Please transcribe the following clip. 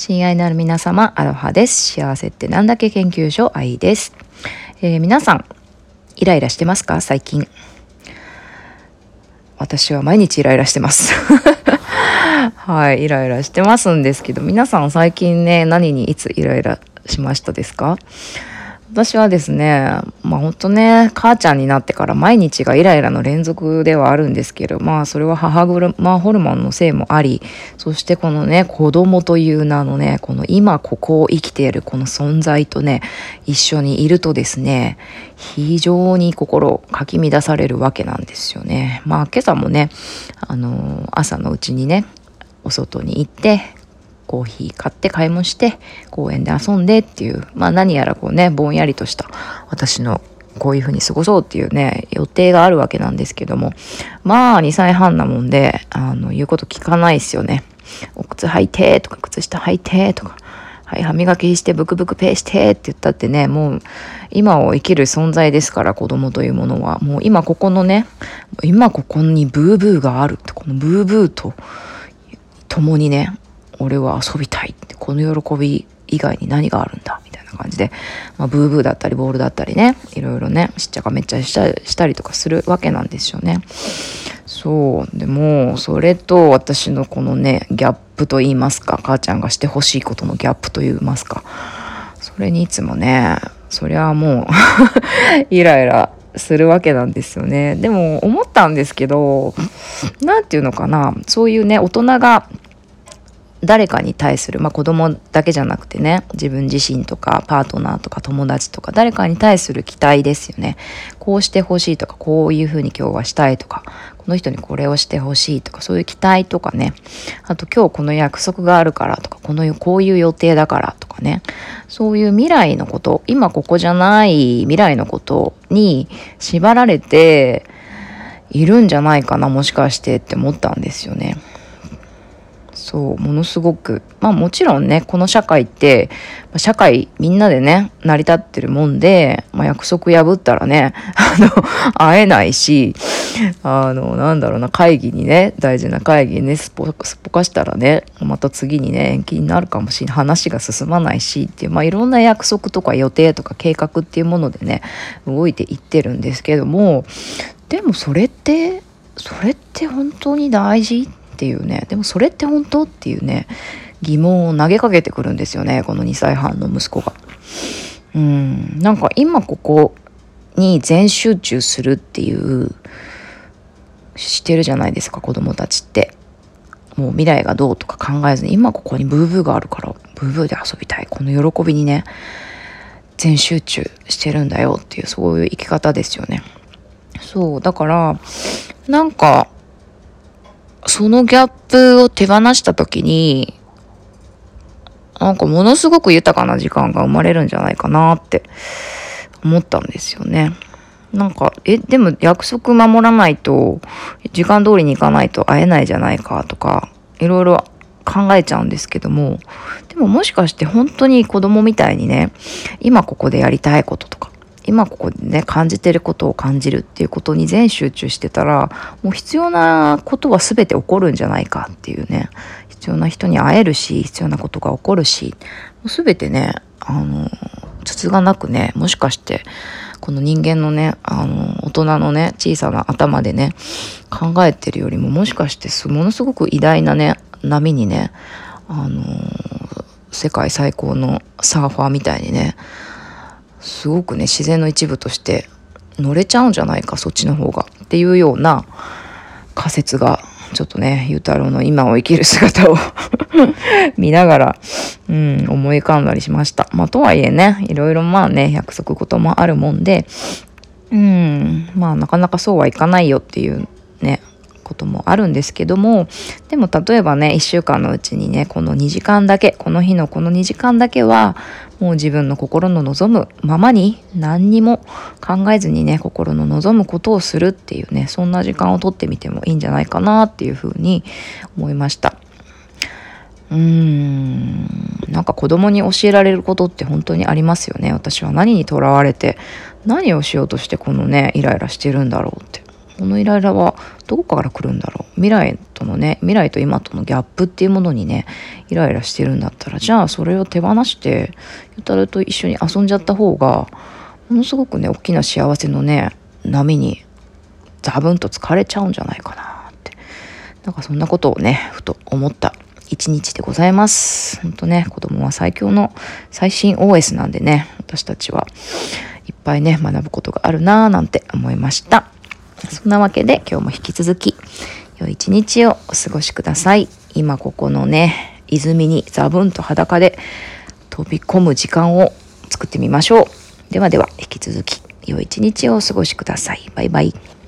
親愛なる皆様、アロハです。幸せってなんだっけ研究所愛です。皆さん、イライラしてますか？最近。私は毎日イライラしてます。はい、イライラしてますんですけど、皆さん最近ね、何にいつイライラしましたですか？私はですね、ほんとね、母ちゃんになってから毎日がイライラの連続ではあるんですけど、それは母車ホルモンのせいもあり、そしてこのね、子供という名のね、この今ここを生きているこの存在とね、一緒にいるとですね、非常に心かき乱されるわけなんですよね。今朝もね、朝のうちにね、お外に行って、コーヒー買って買い物して公園で遊んでっていう、何やらこうねぼんやりとした私のこういう風に過ごそうっていうね予定があるわけなんですけども、2歳半なもんで言うこと聞かないですよね。お靴履いてとか靴下履いてとか、はい、歯磨きしてブクブクペーしてって言ったってね、もう今を生きる存在ですから、子供というものはもう今ここのね、今ここにブーブーがあるって、このブーブーと共にね、俺は遊びたいって、この喜び以外に何があるんだみたいな感じで、ブーブーだったりボールだったりね、いろいろねしっちゃかめっちゃしたりとかするわけなんですよね。そうでもそれと私のこのねギャップと言いますか、母ちゃんがしてほしいことのギャップと言いますか、それにいつもね、そりゃもうイライラするわけなんですよね。でも思ったんですけど、なんていうのかな、そういうね大人が誰かに対する、子供だけじゃなくてね、自分自身とかパートナーとか友達とか誰かに対する期待ですよね。こうしてほしいとか、こういうふうに今日はしたいとか、この人にこれをしてほしいとか、そういう期待とかね、あと今日この約束があるからとか、こういう予定だからとかね、そういう未来のこと、今ここじゃない未来のことに縛られているんじゃないかな、もしかしてって思ったんですよね。そう、ものすごくもちろんね、この社会って社会みんなでね成り立ってるもんで、約束破ったらね会えないし、会議にね、大事な会議にねすっぽかしたらね、また次にね延期になるかもしれない、話が進まないしっていう、いろんな約束とか予定とか計画っていうものでね動いていってるんですけども、でもそれって本当に大事っていうね、でもそれって本当っていうね疑問を投げかけてくるんですよね、この2歳半の息子が。なんか今ここに全集中するっていうしてるじゃないですか、子供たちって。もう未来がどうとか考えずに、今ここにブーブーがあるからブーブーで遊びたい、この喜びにね全集中してるんだよっていう、そういう生き方ですよね。そうだからなんかそのギャップを手放した時に、なんかものすごく豊かな時間が生まれるんじゃないかなって思ったんですよね。なんかでも約束守らないと、時間通りに行かないと会えないじゃないかとか、いろいろ考えちゃうんですけども、でももしかして本当に子供みたいにね、今ここでやりたいこととか、今ここでね感じてることを感じるっていうことに全集中してたら、もう必要なことは全て起こるんじゃないかっていうね、必要な人に会えるし、必要なことが起こるし、もう全てねつつがなくね、もしかしてこの人間のね大人のね小さな頭でね考えてるよりも、もしかしてものすごく偉大なね波にね世界最高のサーファーみたいにね、すごくね自然の一部として乗れちゃうんじゃないか、そっちの方がっていうような仮説がちょっとね、ゆうたろうの今を生きる姿を見ながら、思い浮かんだりしました。とはいえね、いろいろ約束事もあるもんで、なかなかそうはいかないよっていうねこともあるんですけども、でも例えばね1週間のうちにねこの2時間だけ、この日のこの2時間だけはもう自分の心の望むままに何にも考えずにね心の望むことをするっていうね、そんな時間を取ってみてもいいんじゃないかなっていうふうに思いました。なんか子供に教えられることって本当にありますよね。私は何にとらわれて何をしようとしてこのねイライラしてるんだろうって、 このイライラはどこから来るんだろう。未来と今とのギャップっていうものにね、イライラしてるんだったら、じゃあそれを手放して、ゆたると一緒に遊んじゃった方が、ものすごくね、大きな幸せのね、波にザブンと疲れちゃうんじゃないかなって。なんかそんなことをね、ふと思った一日でございます。ほんとね、子供は最強の最新 OS なんでね、私たちはいっぱいね、学ぶことがあるなぁなんて思いました。そんなわけで今日も引き続き良い一日をお過ごしください。今ここのね、泉にザブンと裸で飛び込む時間を作ってみましょう。ではでは引き続き良い一日をお過ごしください。バイバイ。